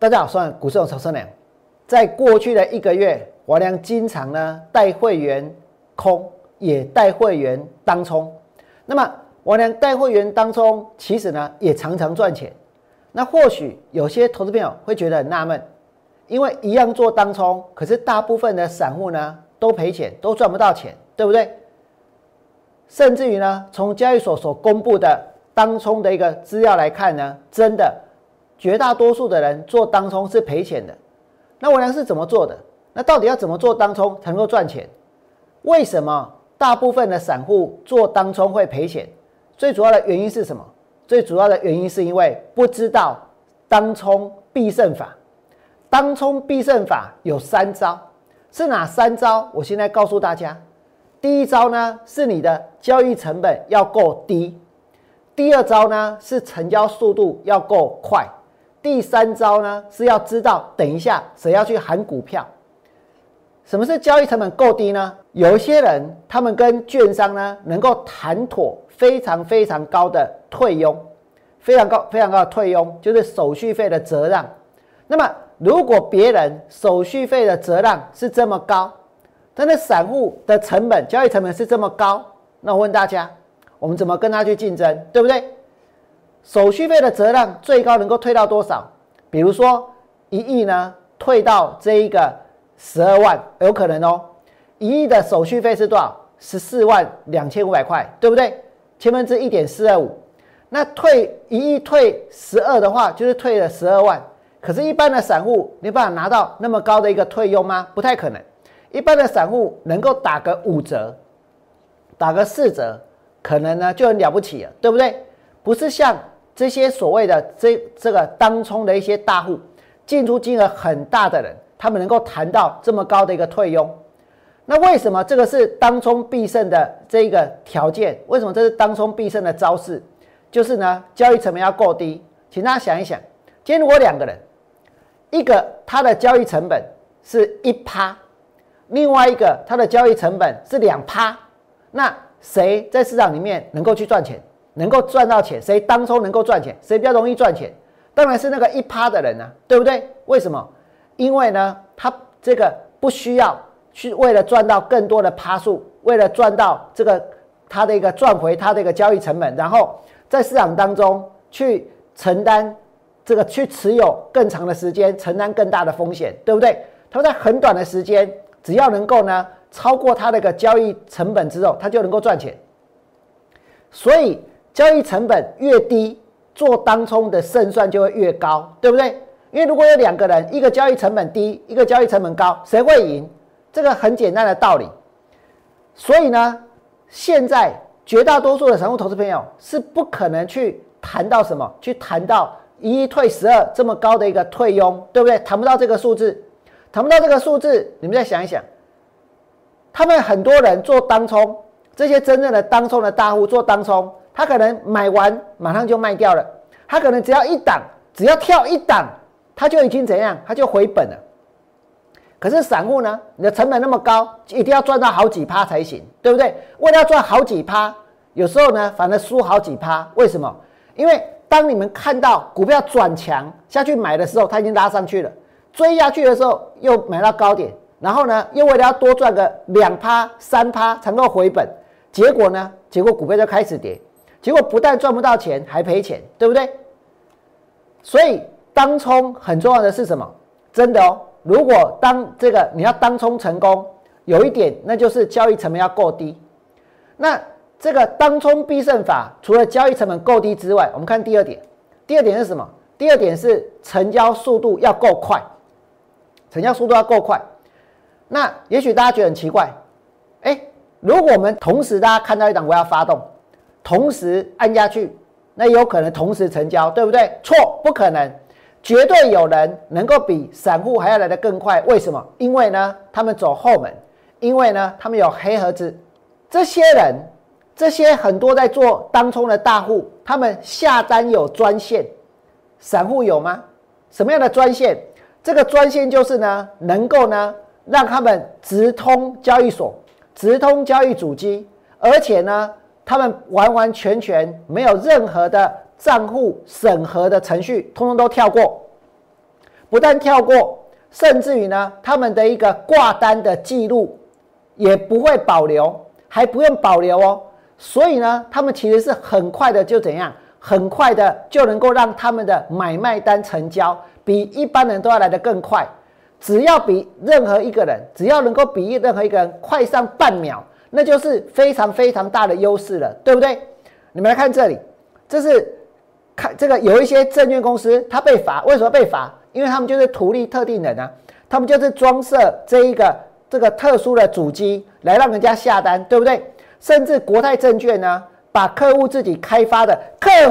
大家好，我是股市曹生良。在过去的1个月，王良经常呢带会员空，也带会员当冲。那么王良带会员当冲，其实呢也常常赚钱。那或许有些投资朋友会觉得很纳闷，因为一样做当冲，可是大部分的散户呢都赔钱，都赚不到钱，对不对？甚至于呢，从交易所所公布的当冲的一个资料来看呢，真的绝大多数的人做当冲是赔钱的。那王良是怎么做的？那到底要怎么做当冲才能够赚钱？为什么大部分的散户做当冲会赔钱？最主要的原因是什么？最主要的原因是因为不知道当冲必胜法。当冲必胜法有3招，是哪3招？我现在告诉大家。第一招呢，是你的交易成本要够低；第二招呢，是成交速度要够快；第3招呢，是要知道等一下谁要去喊股票。什么是交易成本够低呢？有一些人他们跟券商呢能够谈妥非常非常高的退佣，非常高的退佣，就是手续费的折让。那么如果别人手续费的折让是这么高，但是散户的成本，交易成本是这么高，那我问大家，我们怎么跟他去竞争，对不对？手续费的折让最高能够退到多少？比如说1亿呢，退到这一个12万，有可能哦。1亿的手续费是多少？142500块，对不对？1/1000，1.425。那退1亿退12的话，就是退了12万。可是，一般的散户，你有办法拿到那么高的一个退佣吗？不太可能。一般的散户能够打个5折，打个4折，可能呢就很了不起了，对不对？不是像这些所谓的这个当冲的一些大户，进出金额很大的人，他们能够谈到这么高的一个退佣。那为什么这个是当冲必胜的这一个条件？为什么这是当冲必胜的招式？就是呢，交易成本要够低。请大家想一想，今天如果2个人，一个他的交易成本是1%，另外一个他的交易成本是2%，那谁在市场里面能够去赚钱，能够赚到钱？谁当冲能够赚钱？谁比较容易赚钱？当然是那个1%的人啊，对不对？为什么？因为呢，他这个不需要去为了赚到更多的趴数，为了赚到这个他的一个赚回他的一个交易成本，然后在市场当中去承担这个去持有更长的时间，承担更大的风险，对不对？他在很短的时间，只要能够呢超过他的一个交易成本之后，他就能够赚钱。所以交易成本越低，做当冲的胜算就会越高，对不对？因为如果有2个人，一个交易成本低，一个交易成本高，谁会赢？这个很简单的道理。所以呢，现在绝大多数的散户投资朋友是不可能去谈到什么，去谈到1亿退12这么高的一个退佣，对不对？谈不到这个数字，谈不到这个数字，你们再想一想，他们很多人做当冲，这些真正的当冲的大户做当冲，他可能买完马上就卖掉了，他可能只要一档，只要跳一档，他就已经怎样？他就回本了。可是散户呢，你的成本那么高，一定要赚到好几%才行，对不对？为了要赚好几%，有时候呢反而输好几%。为什么？因为当你们看到股票转强下去买的时候，它已经拉上去了，追下去的时候又买到高点，然后呢又为了要多赚个2%、3%才能够回本，结果呢，结果股票就开始跌，结果不但赚不到钱，还赔钱，对不对？所以当冲很重要的是什么？真的哦，如果当这个你要当冲成功，有一点那就是交易成本要够低。那这个当冲必胜法除了交易成本够低之外，我们看第2点。第2点是什么？第2点是成交速度要够快，成交速度要够快。那也许大家觉得很奇怪，如果我们同时大家看到一档股票发动，同时按下去，那有可能同时成交，对不对？错，不可能。绝对有人能够比散户还要来得更快。为什么？因为呢，他们走后门，因为呢，他们有黑盒子。这些人，这些很多在做当冲的大户，他们下单有专线，散户有吗？什么样的专线？这个专线就是呢，能够呢让他们直通交易所，直通交易主机，而且呢，他们完完全全没有任何的账户审核的程序，通通都跳过。 不但跳过，甚至于呢，他们的一个挂单的记录也不会保留，还不用保留哦。所以呢，他们其实是很快的就怎样，很快的就能够让他们的买卖单成交，比一般人都要来得更快。只要比任何一个人，只要能够比任何一个人快上半秒，那就是非常非常大的优势了，对不对？你们来看这里，这是看这个有一些证券公司它被罚，为什么被罚？因为他们就是图利特定人啊，他们就是装设这个特殊的主机来让人家下单，对不对？甚至国泰证券呢，把客户自己开发的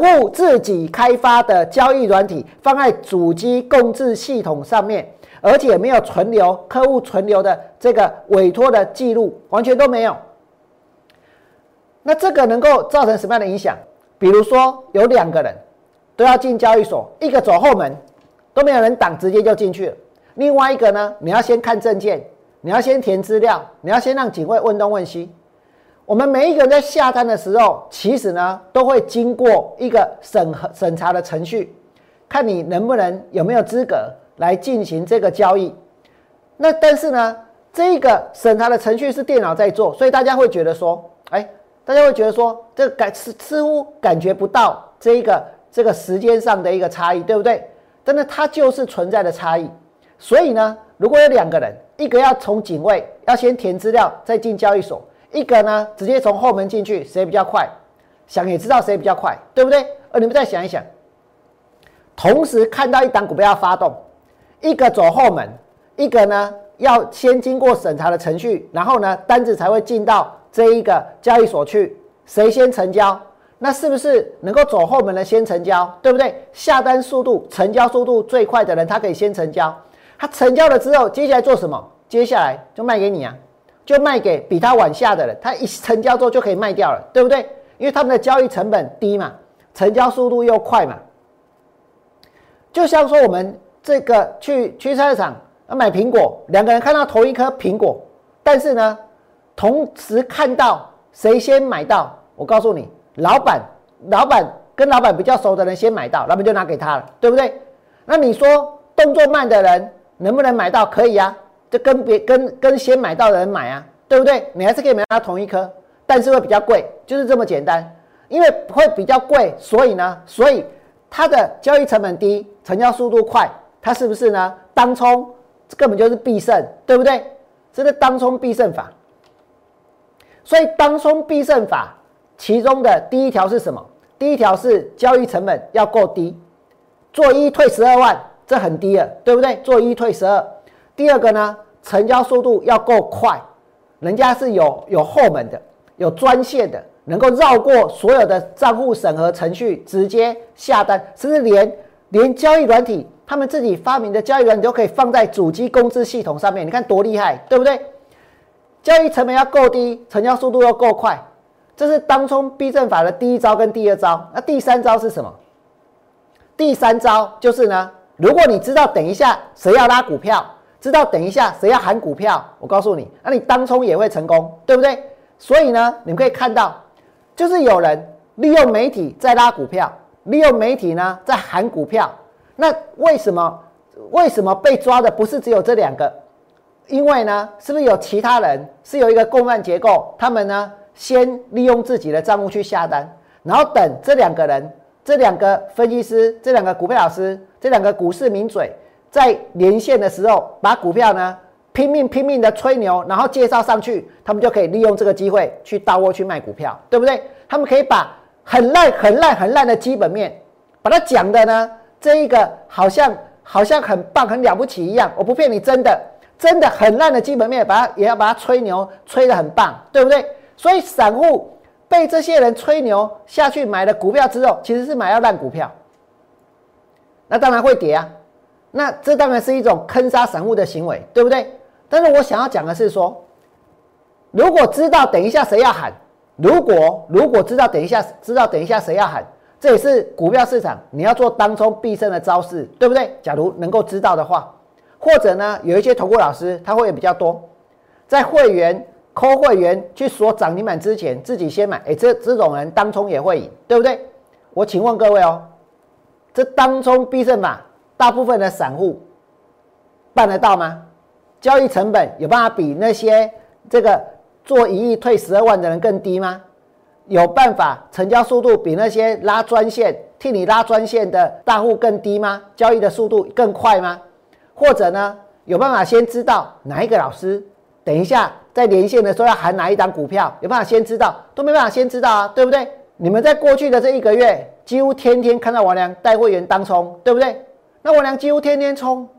交易软体放在主机共治系统上面，而且没有存留客户存留的这个委托的记录，完全都没有。那这个能够造成什么样的影响？比如说有2个人都要进交易所，一个走后门，都没有人挡，直接就进去了。另外一个呢，你要先看证件，你要先填资料，你要先让警卫问东问西。我们每一个人在下单的时候，其实呢都会经过一个审查的程序，看你能不能有没有资格来进行这个交易。那但是呢，这个审查的程序是电脑在做，所以大家会觉得说，这个似乎感觉不到这个时间上的一个差异，对不对？但是它就是存在的差异。所以呢，如果有2个人，一个要从警卫要先填资料再进交易所，一个呢直接从后门进去，谁比较快？想也知道谁比较快，对不对？你们再想一想，同时看到一档股票要发动，一个走后门，一个呢要先经过审查的程序，然后呢单子才会进到这一个交易所去，谁先成交？那是不是能够走后门的先成交，对不对？下单速度、成交速度最快的人，他可以先成交。他成交了之后，接下来做什么？接下来就卖给你啊，就卖给比他晚下的人，他一成交之后就可以卖掉了，对不对？因为他们的交易成本低嘛，成交速度又快嘛。就像说我们这个去菜市场买苹果，2个人看到同一颗苹果，但是呢，同时看到谁先买到，我告诉你，老板跟老板比较熟的人先买到，老板就拿给他了，对不对？那你说动作慢的人能不能买到？可以啊，就跟先买到的人买啊，对不对？你还是可以买到同一颗，但是会比较贵，就是这么简单。因为会比较贵，所以它的交易成本低，成交速度快，它是不是呢？当冲根本就是必胜，对不对？这是当冲必胜法。所以当冲必胜法其中的第一条是什么？第一条是交易成本要够低，做1退12万，这很低了，对不对？做1退12。第二个呢，成交速度要够快，人家是有后门的，有专线的，能够绕过所有的账户审核程序，直接下单，甚至连交易软体，他们自己发明的交易软体都可以放在主机公治系统上面，你看多厉害，对不对？交易成本要够低，成交速度要够快，这是当冲必胜法的第一招跟第二招。那第三招是什么？第三招就是呢，如果你知道等一下谁要拉股票，知道等一下谁要喊股票，我告诉你，那你当冲也会成功，对不对？所以呢，你们可以看到，就是有人利用媒体在拉股票，利用媒体呢在喊股票。那为什么被抓的不是只有这2个？因为呢，是不是有其他人是有一个共犯结构？他们呢先利用自己的账户去下单，然后等这2个人、这2个分析师、这2个股票老师、这2个股市名嘴在连线的时候，把股票呢拼命的吹牛，然后介绍上去，他们就可以利用这个机会去到窝去卖股票，对不对？他们可以把很烂的基本面，把它讲的呢，这一个好像很棒很了不起一样。我不骗你，真的很烂的基本面，也要把它吹牛，吹得很棒，对不对？所以散户被这些人吹牛下去买了股票之后，其实是买到烂股票，那当然会跌啊。那这当然是一种坑杀散户的行为，对不对？但是我想要讲的是说，如果知道等一下谁要喊，如果知道等一下谁要喊，这也是股票市场你要做当冲必胜的招式，对不对？假如能够知道的话，或者呢，有一些投顾老师他会比较多，在会员扣会员去锁涨停板之前自己先买，这种人当冲也会赢，对不对？我请问各位哦，这当冲必胜法，大部分的散户办得到吗？交易成本有办法比那些这个做1亿退12万的人更低吗？有办法成交速度比那些拉专线替你拉专线的大户更低吗？交易的速度更快吗？或者呢，有办法先知道哪一个老师等一下在连线的时候要喊哪一档股票？有办法先知道？都没办法先知道啊，对不对？你们在过去的这1个月，几乎天天看到王良带会员当冲，对不对？那王良几乎天天冲，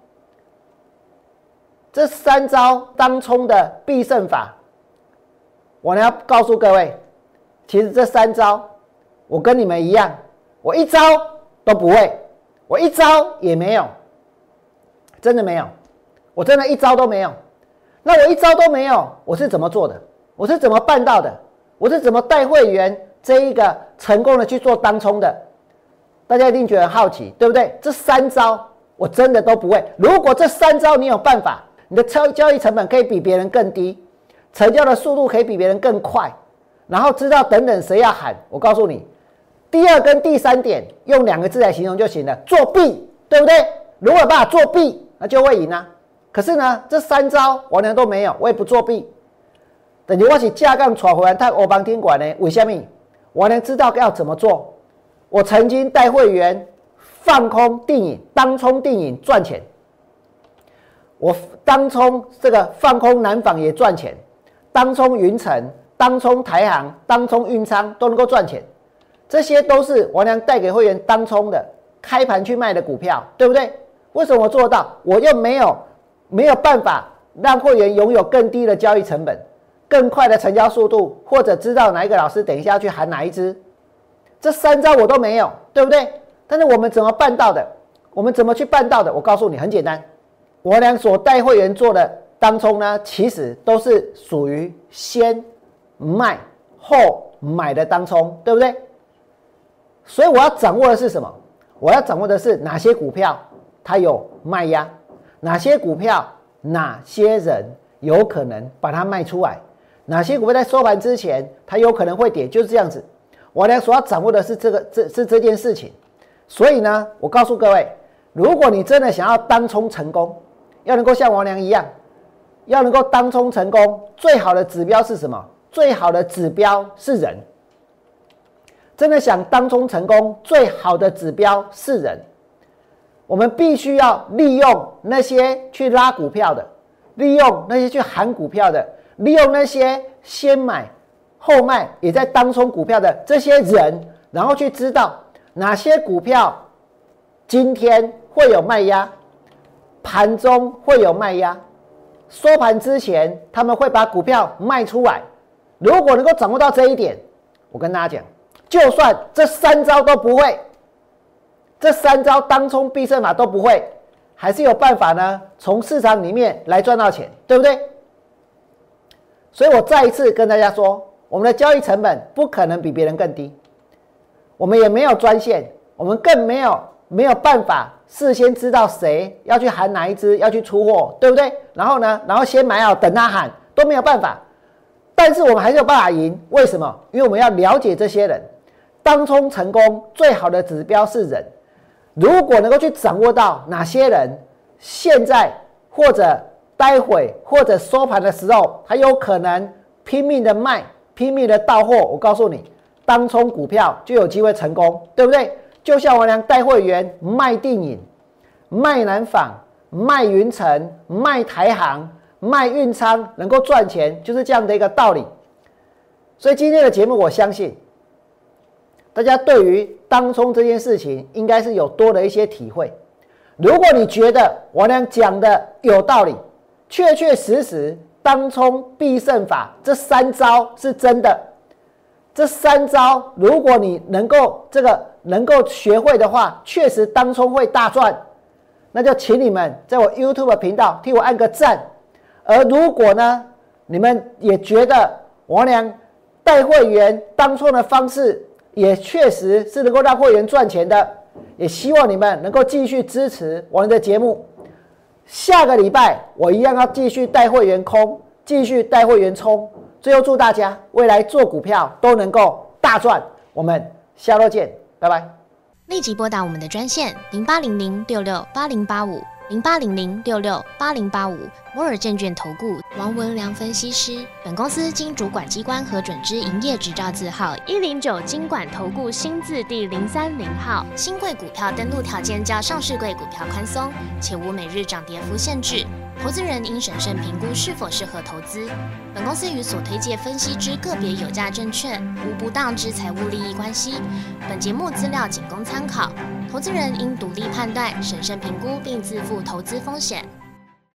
这3招当冲的必胜法，我呢要告诉各位，其实这3招，我跟你们一样，我1招都不会，我1招也没有，真的没有，我真的1招都没有。那我1招都没有，我是怎么做的？我是怎么办到的？我是怎么带会员这一个成功的去做当冲的？大家一定觉得很好奇，对不对？这3招我真的都不会。如果这3招你有办法，你的交易成本可以比别人更低，成交的速度可以比别人更快，然后知道等等谁要喊，我告诉你，第2跟第3点用2个字来形容就行了，作弊，对不对？如果有办法作弊，那就会赢啊。可是呢，这3招王良都没有，我也不作弊。等于我是架杠带回来太欧邦天管呢？为什么？王良知道要怎么做。我曾经带会员放空定影、当冲定影赚钱，我当冲这个放空南纺也赚钱，当冲云城、当冲台航、当冲运昌都能够赚钱，这些都是王良带给会员当冲的，开盘去卖的股票，对不对？为什么我做得到？我又没有办法让会员拥有更低的交易成本、更快的成交速度，或者知道哪一个老师等一下要去喊哪一支，这3招我都没有，对不对？但是我们怎么办到的？我们怎么去办到的？我告诉你，很简单。我俩所带会员做的当冲呢，其实都是属于先卖后买的当冲，对不对？所以我要掌握的是什么？我要掌握的是哪些股票它有卖压，哪些股票哪些人有可能把它卖出来，哪些股票在收盘之前它有可能会跌，就是这样子。我俩所要掌握的是这件事情。所以呢，我告诉各位，如果你真的想要当冲成功，要能够像王良一样，要能够当冲成功，最好的指标是什么？最好的指标是人。真的想当冲成功，最好的指标是人。我们必须要利用那些去拉股票的，利用那些去喊股票的，利用那些先买后卖也在当冲股票的这些人，然后去知道哪些股票今天会有卖压，盘中会有卖压，收盘之前他们会把股票卖出来。如果能够掌握到这一点，我跟大家讲，就算这3招都不会，这3招当冲必胜法都不会，还是有办法呢，从市场里面来赚到钱，对不对？所以我再一次跟大家说，我们的交易成本不可能比别人更低，我们也没有专线，我们更没有办法事先知道谁要去喊哪一支要去出货，对不对？然后先买好等他喊，都没有办法。但是我们还是有办法赢，为什么？因为我们要了解这些人。当冲成功最好的指标是人，如果能够去掌握到哪些人现在或者待会或者收盘的时候，他有可能拼命的卖，拼命的到货，我告诉你，当冲股票就有机会成功，对不对？就像我俩带会员卖定影、卖南纺、卖云城、卖台航、卖运昌，能够赚钱，就是这样的一个道理。所以今天的节目，我相信大家对于当冲这件事情应该是有多的一些体会。如果你觉得我俩讲的有道理，确确实实当冲必胜法这3招是真的，这3招如果你能够学会的话，确实当冲会大赚，那就请你们在我 YouTube 频道替我按个赞。而如果呢，你们也觉得我俩带会员当冲的方式也确实是能够让会员赚钱的，也希望你们能够继续支持我们的节目。下个礼拜我一样要继续带会员空，继续带会员冲。最后祝大家未来做股票都能够大赚，我们下周见，拜拜。 立即拨打我们的专线0800668085 0800668085摩尔证券投顾王文良分析师。本公司经主管机关核准之营业执照字号109金管投顾新字第030号。新贵股票登录条件较上市贵股票宽松，且无每日涨跌幅限制。投资人应审慎评估是否适合投资。本公司与所推介分析之个别有价证券无不当之财务利益关系。本节目资料仅供参考，投资人应独立判断、审慎评估并自负投资风险。